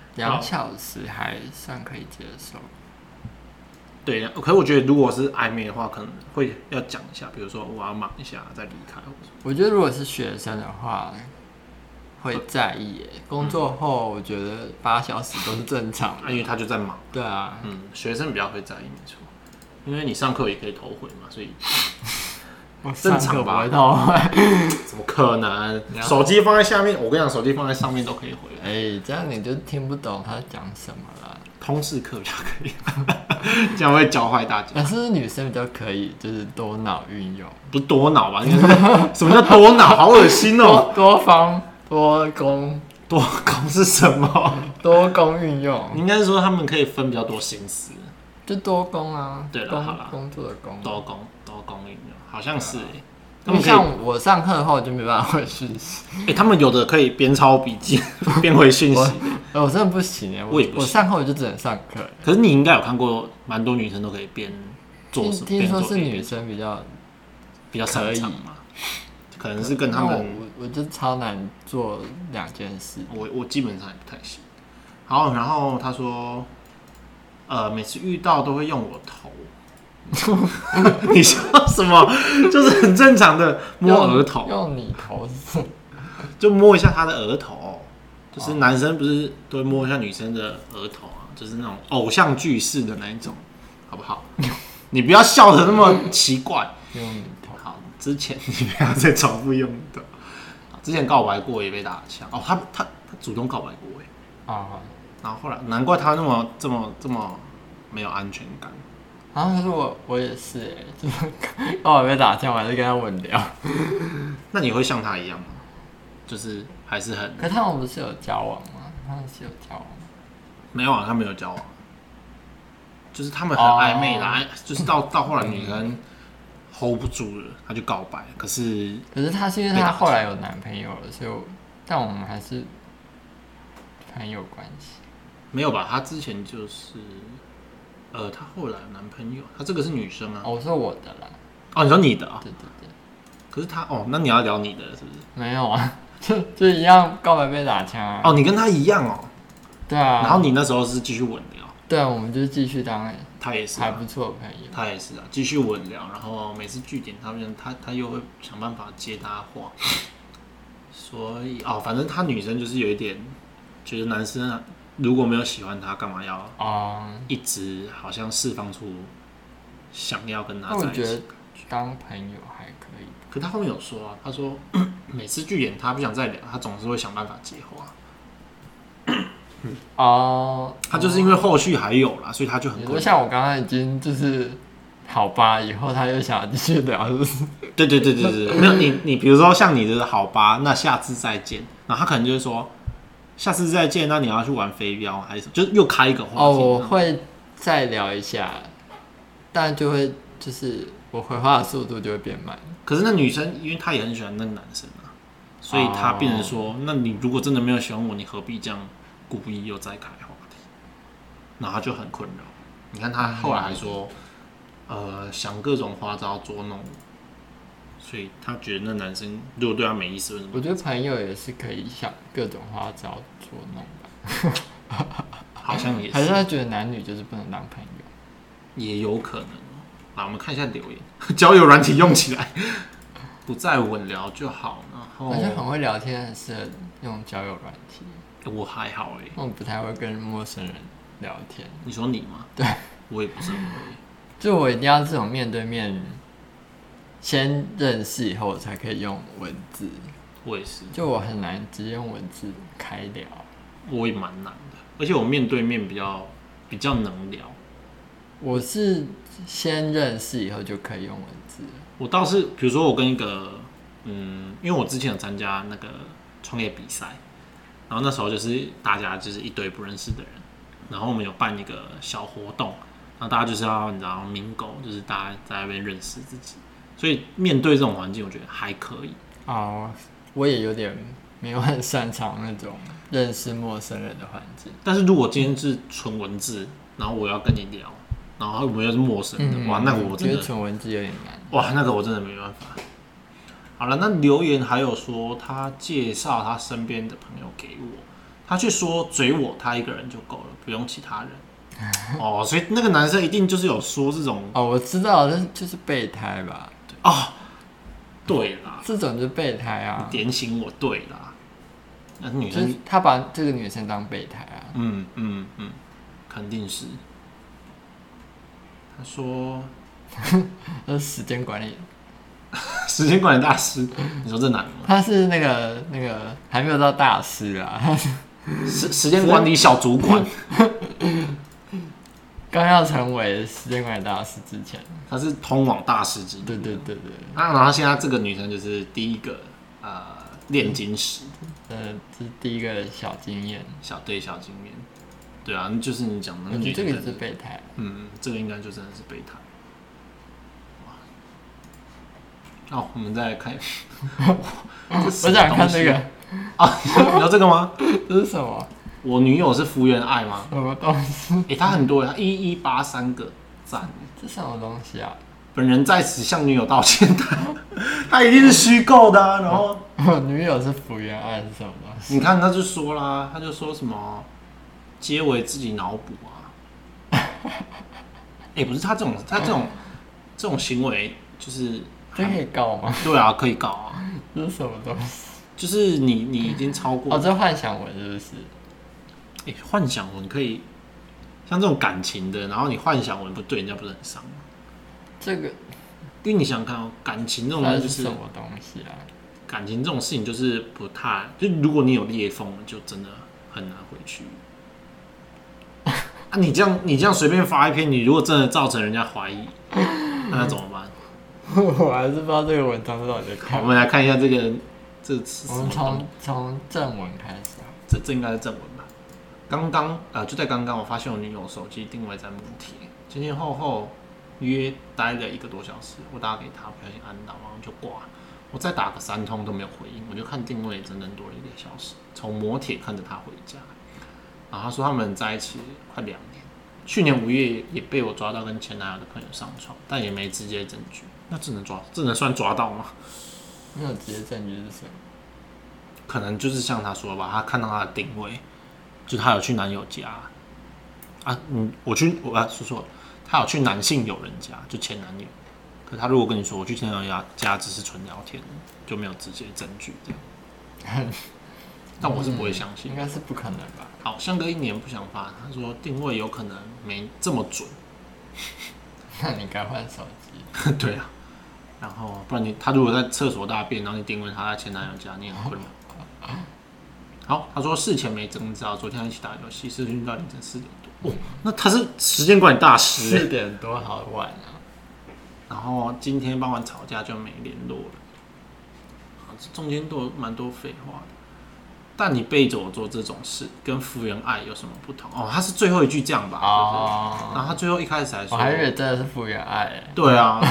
2小时还算可以接受。 对，可是我觉得如果是暧昧的话，可能会要讲一下，比如说我要忙一下再离开。 我觉得如果是学生的话，会在意耶。工作后，我觉得8小时都是正常的， 因为他就在忙。 对啊， 学生比较会在意，没错，因为你上课也可以偷回嘛，所以正常吧？不会偷回， 怎么可能？手机放在下面，我跟你讲，手机放在上面都可以回。 这样你就听不懂他讲什么了。 通识课比较可以，这样会教坏大家。 但是女生比较可以，就是多脑运用， 不是多脑吧？什么叫多脑？好恶心哦！ 多方多功是什么？ 多功运用， 应该是说他们可以分比较多心思， 就多功啊。 对了，好了， 工作的功， 多功运用，好像是。 因为像我上课后就没办法回讯息。 他们有的可以边抄笔记边回讯息。 我真的不行哎，我上课我就只能上课。 可是你应该有看过，蛮多女生都可以边做什么。 听说是女生比较擅长嘛，可能是跟他们。 我就超难做2件事。 我基本上也不太行。好，然后他说，每次遇到都会用我头。你说什么？就是很正常的摸额头， 用你头是就摸一下他的额头，就是男生不是都会摸一下女生的额头啊，就是那种偶像剧式的那一种，好不好？你不要笑得那么奇怪。 用你头。 好，之前你不要再重复用的。之前告白过也被打枪哦，他主动告白过然后后来难怪他这么没有安全感。 可是我也是就是告白被打枪，我还是跟他稳聊。 那你会像他一样吗？就是还是很…… 可是他们不是有交往吗？他们是有交往吗？ 没有啊，他没有交往，就是他们很暧昧啦，就是到后来女生 hold 不住了，他就告白。可是他是因为他后来有男朋友了，所以但我们还是朋友关系。 没有吧？他之前就是。他后来有男朋友，他这个是女生啊。 我说我的啦。 你说你的啊？ 对。 可是他那你要聊你的是不是？ 没有啊，就一样告白被打枪啊。 你跟他一样哦。 对啊。 然后你那时候是继续稳聊。 对啊，我们就继续当他也是还不错的朋友。 他也是啊，继续稳聊，然后每次据点他又会想办法接他话，所以反正他女生就是有一点觉得男生啊。如果没有喜欢他，干嘛要一直好像释放出想要跟他在一起？ 我觉得当朋友还可以。 可他后面有说啊，他说每次剧演他不想再聊，他总是会想办法接话。他就是因为后续还有啦，所以他就很困扰。 像我刚刚已经就是好吧，以后他又想要继续聊，是不是？ 对，没有你比如说像你的好吧，那下次再见，然后他可能就是说下次再见，那你要去玩飞镖还是什么，就是又开一个话题。 我会再聊一下，但就会就是我回话的速度就会变慢。 可是那女生因为她也很喜欢那个男生啊，所以她变成说，那你如果真的没有喜欢我，你何必这样故意又再开话题？然后他就很困扰。你看他后来还说，想各种花招捉弄我，所以他觉得那男生如果对他没意思，为什么？ 我觉得朋友也是可以想各种花招捉弄吧。 好像也是。 还是他觉得男女就是不能当朋友？ 也有可能。来，我们看一下留言，交友软体用起来，不再稳聊就好。然后好像很会聊天，很适合用交友软体。 我还好我不太会跟陌生人聊天。 你说你吗？ 对， 我也不是很会。 就我一定要这种面对面，先认识以后，我才可以用文字。 我也是， 就我很难直接用文字开聊。 我也蛮难的，而且我面对面比较能聊。 我是先认识以后就可以用文字。 我倒是，比如说我跟一个，因为我之前有参加那个创业比赛，然后那时候就是大家就是一堆不认识的人，然后我们有办一个小活动，然后大家就是要你知道mingle，就是大家在那边认识自己，所以面对这种环境，我觉得还可以。 我也有点没有很擅长那种认识陌生人的环境。 但是如果今天是纯文字，然后我要跟你聊，然后我们又是陌生的，哇，那个我真的觉得纯文字有点难。 哇，那个我真的没办法。好了，那留言还有说他介绍他身边的朋友给我，他却说追我他一个人就够了，不用其他人。所以那个男生一定就是有说这种。 我知道，这就是备胎吧？ 对啦， 这种就是备胎啊！ 你点醒我，对啦。那女生就是他把这个女生当备胎啊。 肯定是。他说， 他是时间管理， 时间管理大师。你说这男的吗？ 他是那个还没有到大师啊， 时间管理小主管。 刚要成为时间管理大师之前， 他是通往大师之路。 对。 然后现在这个女生就是第一个炼金石。 这是第一个小经验。 小经验。对啊，就是你讲的那个女生。 这个是备胎。 这个应该就真的是备胎。我们再来看。 我想看这个。 你要这个吗？ 这是什么？ 我女友是福原爱吗？ 什么东西？ 他很多，他1183个赞。 这什么东西啊？ 本人在此向女友道歉。他一定是虚构的啊。然后我女友是福原爱是什么东西？ 你看，他就说啦，他就说什么皆为自己脑补啊。不是他这种行为，就是这可以告吗？ 对啊，可以告啊。 这是什么东西？ 就是你已经超过这幻想文是不是？ 幻想文可以像这种感情的，然后你幻想文不对人家不是很伤吗？ 这个， 因为你想想看感情这种东西就是什么东西啊？ 感情这种事情就是不太，就如果你有裂缝，就真的很难回去。你这样随便发一篇，你如果真的造成人家怀疑，那怎么办？ 我还是不知道这个文章到底在看。 我们来看一下这个， 我们从正文开始。 这应该是正文吧？就在刚刚，我发现我女友手机定位在木铁，前后约待了1个多小时。我打给她，不小心按到，然后就挂。我再打个3通都没有回应，我就看定位整整多了1个小时。从摩铁看着她回家，然后她说他们在一起快2年，去年5月也被我抓到跟前男友的朋友上床，但也没直接证据。那这能算抓到吗？ 没有直接证据是什么？ 可能就是像他说吧，他看到他的定位，就是他有去男友家我说错了，他有去男性友人家，就前男友。可他如果跟你说我去前男友家只是纯聊天，就没有直接证据这样。但我是不会相信， 应该是不可能吧。 好，相隔1年不想发，他说定位有可能没这么准。 那你该换手机。 对啊， 然后不然他如果在厕所大便，然后你定位他在前男友家，你很困扰。好，他说事前没征兆，昨天一起打游戏，视讯到凌晨4点多。哦，那他是时间管理大师。 4点多好晚啊。 然后今天傍晚吵架就没联络了。中间都蛮多废话的。但你背着我做这种事，跟福原爱有什么不同？哦，他是最后一句这样吧？哦。然后他最后一开始才说， 我还以为真的是福原爱。 对啊。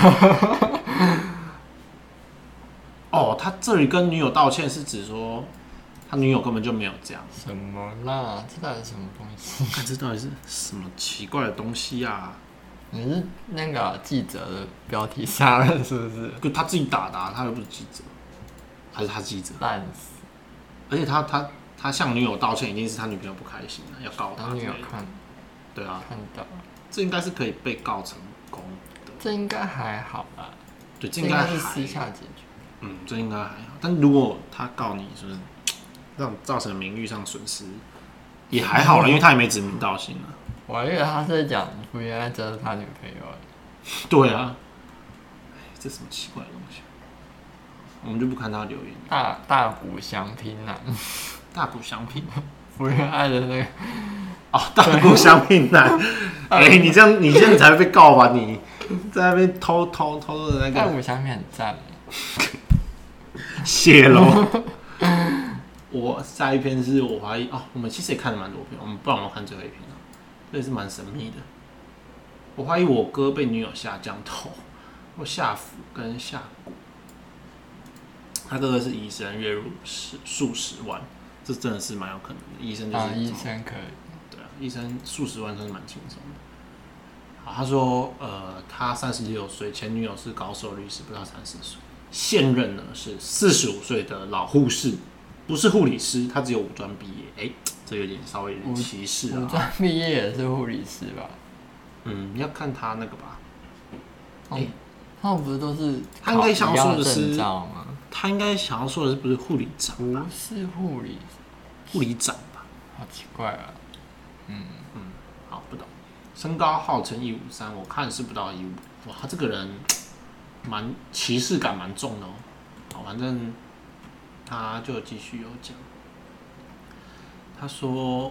哦，他这里跟女友道歉是指说，他女友根本就没有这样。 什么啦？这到底是什么东西？ 看这到底是什么奇怪的东西啊？ 你是那个记者的标题杀人是不是？ 就他自己打的，他又不是记者，还是他记者？ 烂死！ 而且他向女友道歉，一定是他女朋友不开心了，要告他。 他女友看， 对啊， 看到， 这应该是可以被告成功的。 这应该还好吧？ 对，这应该是私下解决。 这应该还好。但如果他告你，是不是让造成名誉上损失，也还好了，因为他也没指名道姓啊。 我还以为他是在讲福原爱真的是他女朋友。 对啊，这什么奇怪的东西？我们就不看他留言。 大谷翔平男， 大谷翔平， 福原爱的那个哦，大谷翔平男。你这样才会被告吧？你在那边偷的那个。 大谷翔平很赞。 泄露。我下一篇是我怀疑我们其实也看了蛮多篇，不然我们看最后一篇这也是蛮神秘的。我怀疑我哥被女友下降头，或下腹跟下骨。他哥哥是医生，月入数十万，这真的是蛮有可能的。医生就是医生可以， 对啊，医生数十万算是蛮轻松的。好，他说他36岁，前女友是高手律师，不到30岁，现任呢是45岁的老护士，不是护理师，他只有五专毕业。这有点稍微有点歧视啊。 五专毕业也是护理师吧？ 要看他那个吧。 他们不是都是他应该想要说的是吗？ 他应该想要说的是不是护理长？ 不是护理长吧？ 好奇怪啊。 好，不懂。身高号称153，我看是不到155。哇，他这个人蛮歧视感蛮重的哦。好，反正他就继续有讲。他说，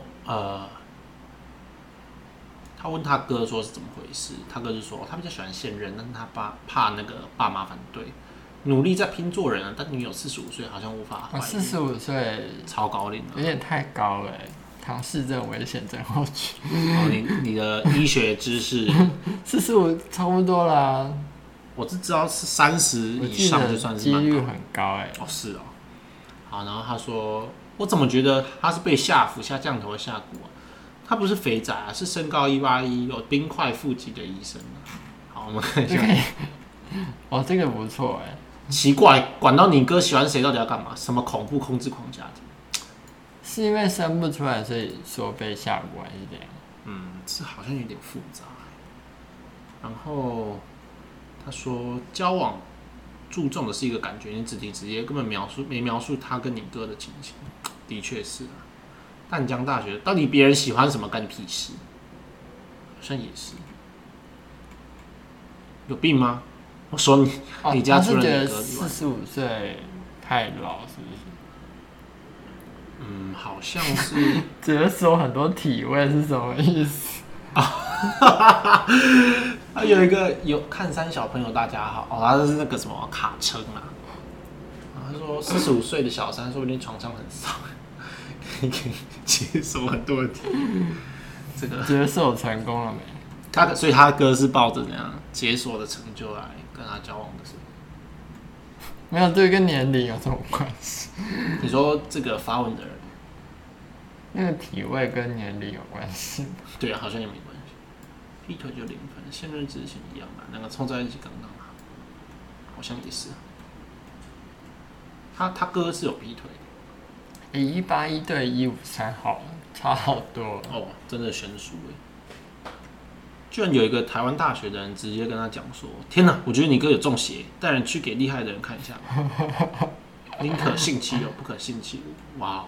他问他哥说是怎么回事，他哥就说他比较喜欢现任，但是他怕那个爸妈反对，努力在拼做人了，但女友45岁好像无法怀孕。 45岁超高龄了， 有点太高了。唐氏症危险症候群。 你的医学知识 45差不多啦。 我是知道是30以上就算是几率很高是哦。好，然后他说，我怎么觉得他是被下腹下降头的下骨啊？他不是肥仔啊，是身高181有冰块腹肌的医生好，我们看一下。 这个不错奇怪，管到你哥喜欢谁，到底要干嘛？什么恐怖控制狂家庭？ 是因为生不出来，所以说被下蛊还是怎样？ 这好像有点复杂。然后他说，交往注重的是一个感觉，你只提直接，根本没描述他跟你哥的情形。的确是啊。淡江大学到底别人喜欢什么干你屁事？好像也是。有病吗？我说你家除了你哥以外 ，45岁太老是不是？ 好像是。 觉得说很多体位是什么意思？ 他有一个看山小朋友大家好他是那个什么卡称啊。他说45岁的小三说不定床上很骚，可以接受很多的体位。这个接受成功了没？ 所以他哥是抱着怎样解锁的成就来跟他交往的是？ 没有，这跟年龄有什么关系？ 你说这个发问的人， 那个体位跟年龄有关系？ 对啊，好像也没关系。劈腿就0分，现任执行一样吧，两个凑在一起刚刚好，好像也是。他哥是有劈腿的，181对153好，差好多真的悬殊居然有一个台湾大学的人直接跟他讲说：“天哪，我觉得你哥有中邪，带人去给厉害的人看一下。宁可信其有，不可信其无。”哇哦！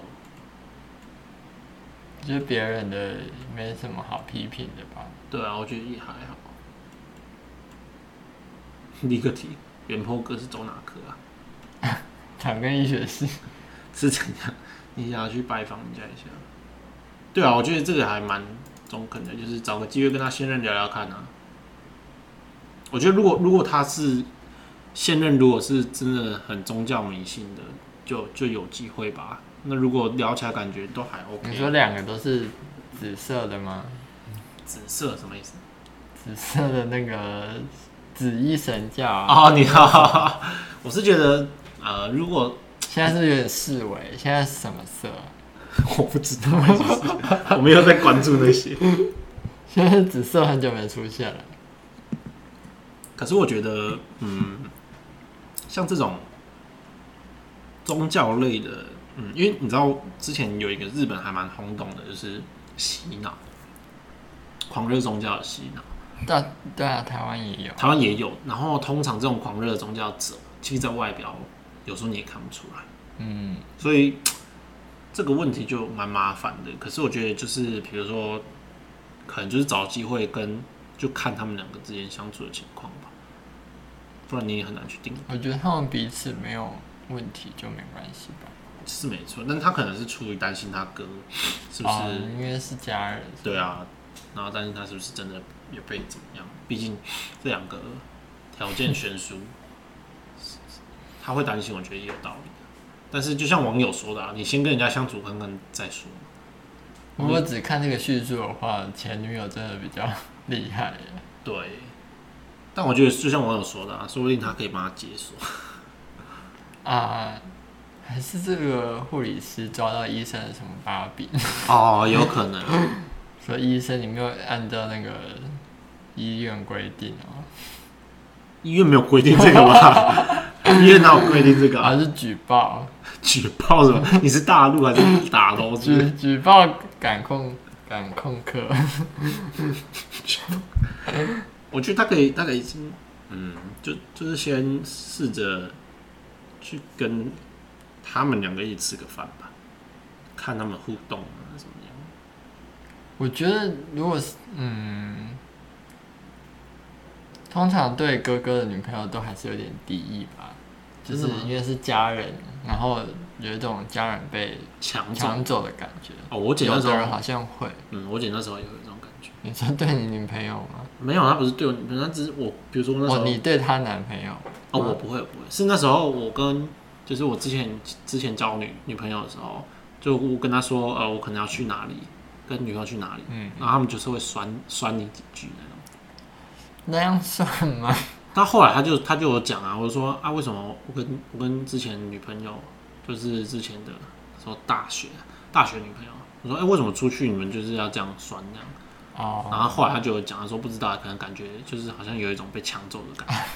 觉得别人的没什么好批评的吧？ 对啊，我觉得也还好。第一个题， 原坡哥是走哪科啊？ 长庚医学系是怎样？你想要去拜访人家一下？对啊，我觉得这个还蛮中肯的，就是找个机会跟他现任聊聊看啊。我觉得如果他是现任，如果是真的很宗教迷信的，就有机会吧。那如果聊起来感觉都还 OK。 你说两个都是紫色的吗？ 紫色什么意思？ 紫色的那个紫衣神教啊。你好，我是觉得如果现在是有点视为，现在是什么色？ 我不知道，我没有在关注那些。 现在紫色很久没出现了。 可是我觉得，像这种宗教类的，因为你知道之前有一个日本还蛮轰动的，就是洗脑，狂热宗教的洗脑。 对啊，台湾也有。然后通常这种狂热的宗教者，其实在外表有时候你也看不出来。所以这个问题就蛮麻烦的。可是我觉得就是比如说，可能就是找机会就看他们两个之间相处的情况吧，不然你也很难去定。 我觉得他们彼此没有问题就没关系吧。 是没错，但他可能是出于担心他哥是不是， 因为是家人。 对啊，然后担心他是不是真的也被怎么样？毕竟这两个条件悬殊，他会担心，我觉得也有道理。但是就像网友说的你先跟人家相处看看再说。 如果只看这个叙述的话，前女友真的比较厉害耶。 对，但我觉得就像网友说的说不定他可以帮他解锁。 还是这个护理师抓到医生的什么把柄？ 有可能。 说医生你没有按照那个医院规定医院没有规定这个吧？医院哪有规定这个还是举报？ 举报什么？你是大陆还是打楼？ 举报感控课。 我觉得他可以先，就是先试着去跟他们两个一起吃个饭吧，看他们互动怎么样。 我觉得如果是通常对哥哥的女朋友都还是有点敌意吧，就是因为是家人，然后有一种家人被抢走的感觉。 我姐那时候有的人好像会， 我姐那时候也有这种感觉。 你说对你女朋友吗？ 没有，她不是对我女朋友，她只是我，比如说那时候你对她男朋友？ 我不会，是那时候我就是我之前交女朋友的时候，就我跟她说我可能要去哪里，跟女朋友去哪里，然后他们就是会酸你几句那种。 那样算吗？ 但后来他就有讲我就说为什么我跟之前女朋友，就是之前的说大学女朋友，我说为什么出去你们就是要这样酸那样？然后后来他就有讲，他说不知道，可能感觉就是好像有一种被抢走的感觉。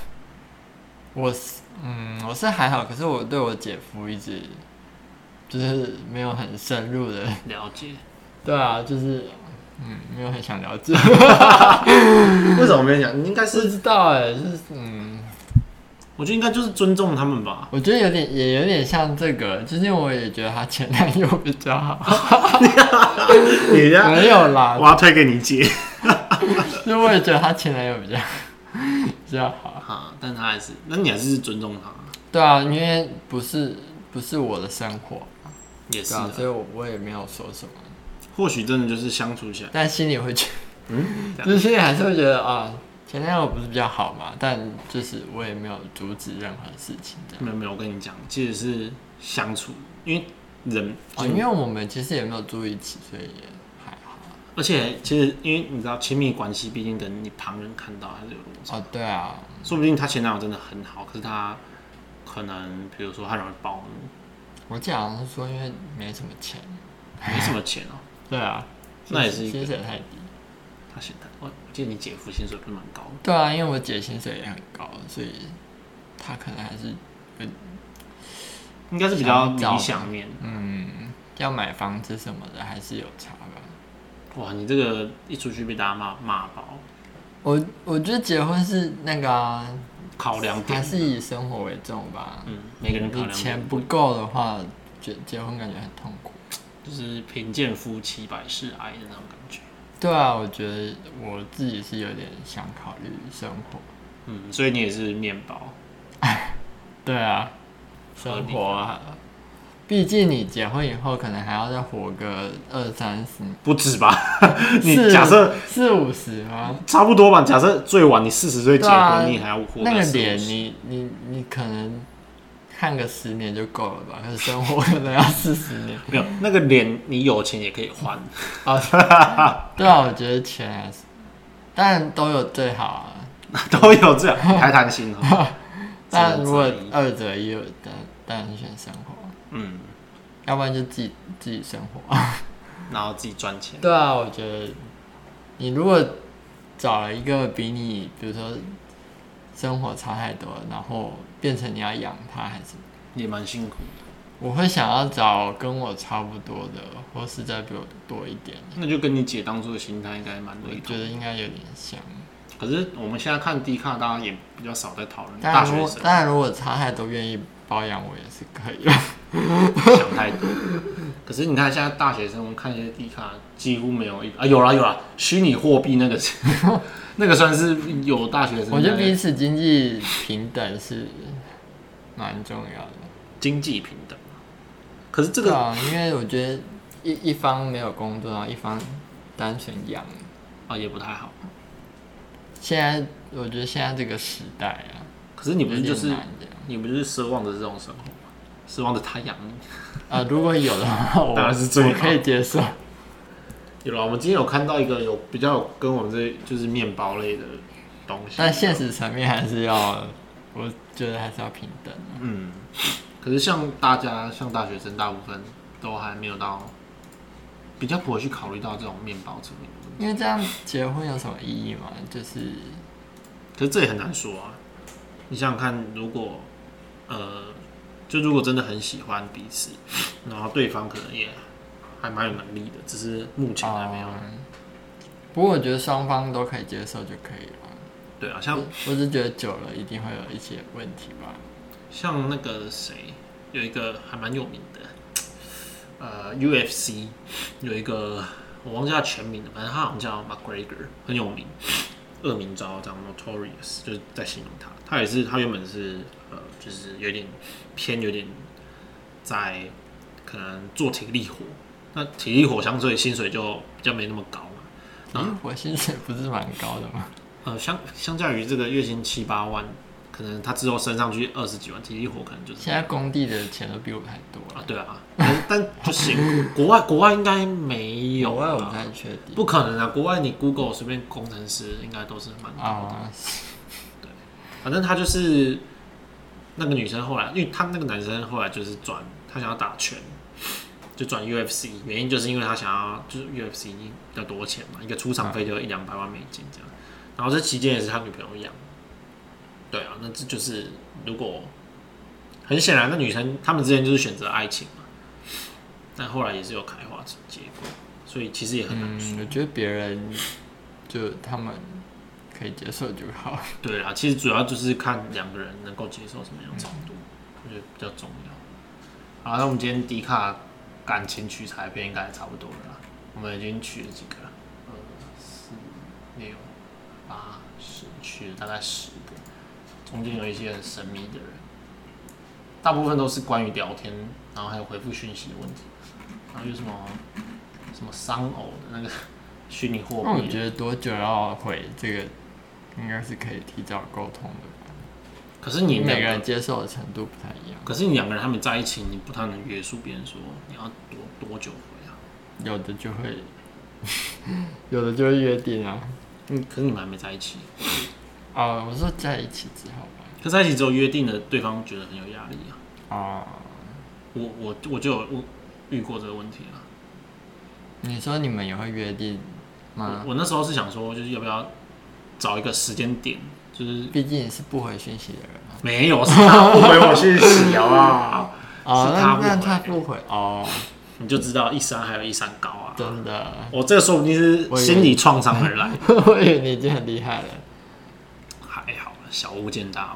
我是还好，可是我对我姐夫一直就是没有很深入的了解。 对啊，就是没有很想了解。 为什么没有讲？你应该是不知道就是我觉得应该就是尊重他们吧。 我觉得也有点像这个，就是因为我也觉得她前男友比较好。 你没有啦， 我要推给你姐。 因为我也觉得她前男友比较好。 但他那你还是尊重他。 对啊，因为不是我的生活， 也是， 所以我也没有说什么。 或许真的就是相处起来， 但心里会觉得，就是心里还是会觉得前男友不是比较好嘛？但就是我也没有阻止任何事情。 没有，我跟你讲，其实是相处，因为人因为我们其实也没有住一起，所以也还好。 而且其实因为你知道，亲密关系毕竟跟你旁人看到还是有落差。 对啊， 说不定他前男友真的很好，可是他可能比如说他容易暴怒。 我姐好像是说因为没什么钱。 没什么钱对啊， 那也是一个薪水太低。 我记得你姐夫薪水不是蛮高的。 对啊，因为我姐薪水也很高，所以他可能还是应该是比较理想面。 要买房子什么的还是有差吧。 哇，你这个一出去被大家骂爆。 我觉得结婚是那个考量点， 还是以生活为重吧。 每个人考量点。 钱不够的话，结婚感觉很痛苦。 就是贫贱夫妻百事哀的那种感觉。 对啊，我觉得我自己是有点想考虑生活。 所以你也是面包。 对啊，生活啊，毕竟你结婚以后可能还要再活个20-30年， 不止吧？你假设 40-50吗？ 差不多吧。假设最晚你40岁结婚，你还要活那个脸，你可能看个10年就够了吧？可是生活可能要40年。 没有那个脸，你有钱也可以换。 对啊，我觉得钱还是，当然都有最好啊。 都有这样，太贪心了。 但如果2择1，当然是选生活。要不然就自己生活， 然后自己赚钱。 对啊，我觉得你如果找了一个比你，比如说生活差太多了，然后变成你要养他，还是也蛮辛苦的。 我会想要找跟我差不多的，或是再比我多一点。 那就跟你姐当初的心态应该蛮类似。 我觉得应该有点像。 可是我们现在看D卡，大家也比较少在讨论大学生。 当然，如果差太多，愿意包养我也是可以的。 想太多。可是你看现在大学生，我们看一些D卡几乎没有有啦，虚拟货币那个那个算是有大学生。 我觉得彼此经济平等是蛮重要的。 经济平等。可是这个， 因为我觉得一方没有工作，然后一方单纯养， 也不太好。 现在我觉得现在这个时代啊， 可是你不是奢望着这种生活吗？奢望着他养你。 如果有的话， 当然是最好， 我可以接受。 有了，我们今天有看到一个比较跟我们这就是面包类的东西， 但现实层面还是要，我觉得还是要平等。 可是像大学生，大部分都还没有到，比较不会去考虑到这种面包层面的问题。 因为这样结婚有什么意义吗？ 可是这也很难说啊。你想想看，如果真的很喜欢彼此，然后对方可能也还蛮有能力的，只是目前还没有。 不过我觉得双方都可以接受就可以了。 对啊， 我只觉得久了一定会有一些问题吧。 像那个谁，有一个还蛮有名的，UFC 有一个我忘记他全名了，反正他好像叫 McGregor， 很有名，恶名昭彰 ，notorious， 就是在形容他。他原本是就是有点在可能做体力活，那体力活相对薪水就比较没那么高嘛。 体力活薪水不是蛮高的吗？ 相较于这个月薪7-8万。可能他之后升上去20几万，体力活可能就是。 现在工地的钱都比我还多了。 对啊，但就行。国外应该没有。 国外我不太确定。 不可能啊！国外你 Google 随便工程师应该都是蛮高的。对，反正他就是那个女生后来，因为他那个男生后来就是他想要打拳，就转 UFC， 原因就是因为他想要就是 UFC 比较多钱嘛，一个出场费就100-200万美金这样。然后这期间也是他女朋友养。对啊，那这就是如果很显然，那女生他们之间就是选择爱情嘛，但后来也是有开花结果，所以其实也很难说。 我觉得别人就他们可以接受就好。 对啊，其实主要就是看两个人能够接受什么样的程度，我觉得比较重要。好，那我们今天迪卡感情取材片应该也差不多了啦，我们已经取了几个了，2、4、6、8、10，取了大概10个。中间有一些很神秘的人，大部分都是关于聊天，然后还有回复讯息的问题，然后有什么商偶的那个虚拟货币。 那我觉得多久要回这个，应该是可以提早沟通的吧。 可是你每个人接受的程度不太一样。 可是你两个人他们在一起，你不太能约束别人说你要多久回啊？ 有的就会，有的就会约定啊。 可是你们还没在一起。 我说在一起之后吧。 可在一起之后约定了，对方觉得很有压力啊。 我就有遇过这个问题啊。 你说你们也会约定吗？ 我那时候是想说，就是要不要找一个时间点，就是毕竟你是不回讯息的人啊。 没有，是他不回我讯息好不好？ 那他不回你就知道一山还有一山高啊！ 真的， 我这个说不定是心理创伤而来。 我以为你已经很厉害了。 还好，小巫见大巫。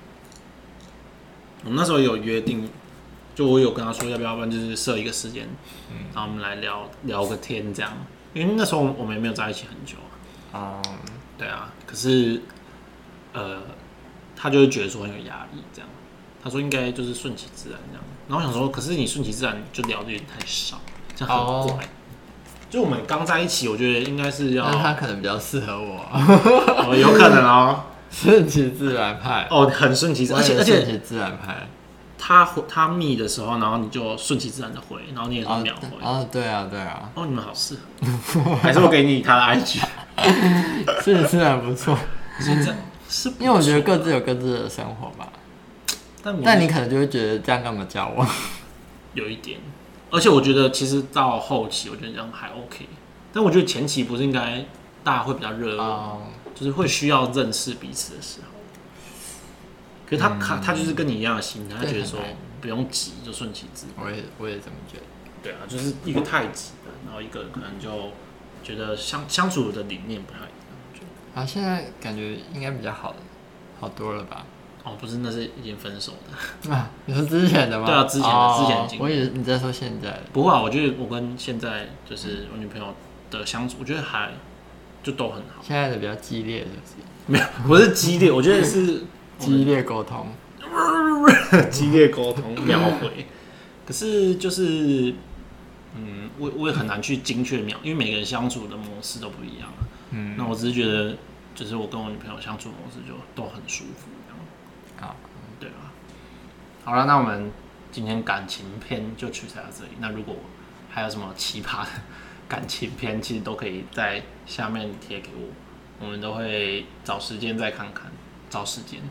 我们那时候有约定，就我有跟他说，要不然就是设一个时间，然后我们来聊个天这样。因为那时候我们也没有在一起很久啊。对啊，可是他就会觉得说很有压力这样。 他说应该就是顺其自然这样。然后我想说，可是你顺其自然就聊的有点太少，这样很怪。就我们刚在一起，我觉得应该是要。 但他可能比较适合我。 有可能哦。 顺其自然派。 很顺其自然，而且顺其自然派。 他密的时候，然后你就顺其自然的回，然后你也是秒回。 对啊。 你们好适合。还是我给你他的 IG。 顺其自然不错。 是因为我觉得各自有各自的生活吧。但你可能就会觉得这样干嘛交往？ 有一点，而且我觉得其实到后期，我觉得这样还 OK。但我觉得前期不是应该大家会比较热络，就是会需要认识彼此的时候。可是他就是跟你一样的心态，他觉得说不用急，就顺其自然。 我也这么觉得。 对啊，就是一个太急了，然后一个可能就觉得相处的理念不太一样。 现在感觉应该比较好多了吧？ 不是，那是已经分手的啊？你说之前的吗？ 对啊，之前的经历。 我以为你在说现在的。 不会啊，我觉得我跟现在就是我女朋友的相处，我觉得还就都很好。 现在的比较激烈的是？ 没有，不是激烈，我觉得是激烈沟通。 激烈沟通秒回，可是就是我也很难去精确秒，因为每个人相处的模式都不一样。那我只是觉得，就是我跟我女朋友相处模式就都很舒服。对啊，好了，那我们今天感情篇就取材到这里。那如果还有什么奇葩的感情篇，其实都可以在下面贴给我，我们都会找时间再看看，找时间。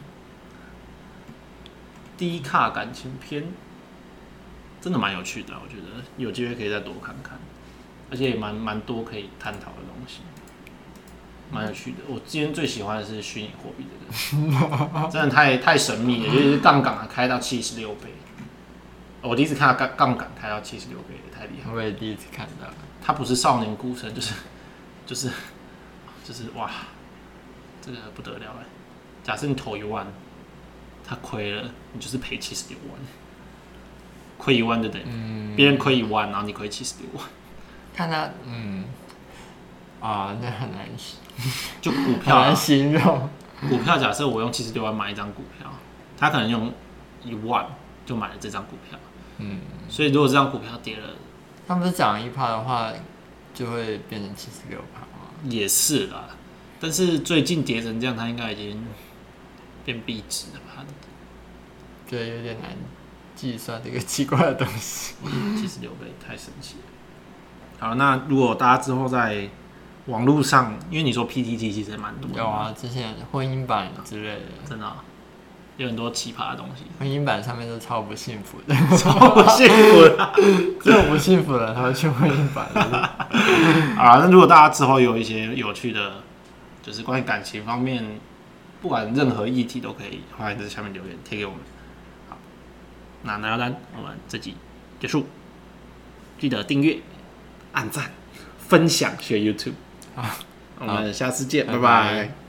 低卡感情篇真的蛮有趣的，我觉得有机会可以再多看看，而且也蛮多可以探讨的东西。蛮有趣的，我今天最喜欢的是虚拟货币的，真的太神秘了，就是杠杆开到76倍。我第一次看到杠杆开到76倍，也太厉害了。 我也第一次看到。 它不是少年股神，就是哇，这个不得了哎！假设你投1万，他亏了，你就是赔76万，亏1万就等于别人亏1万，然后你亏76万。 看他那很难就股票很难形容。 股票假设我用76万买一张股票，他可能用1万就买了这张股票。所以如果这张股票跌了， 他们涨1%的话，就会变成76%吗？ 也是啦，但是最近跌成这样，它应该已经变币值了吧？ 对，有点难计算这个奇怪的东西。 76倍太神奇了。好，那如果大家之后在网络上，因为你说 PTT 其实蛮多的。 有啊，之前婚姻版之类的， 真的有很多奇葩的东西。 婚姻版上面都超不幸福的， 超不幸福的， 只有不幸福的人才会去婚姻版。 那如果大家之后有一些有趣的，就是关于感情方面，不管任何议题都可以，欢迎在下面留言贴给我们。好，那南腰丹，我们这集结束，记得订阅、按赞、分享、学 YouTube。我们下次见，拜拜。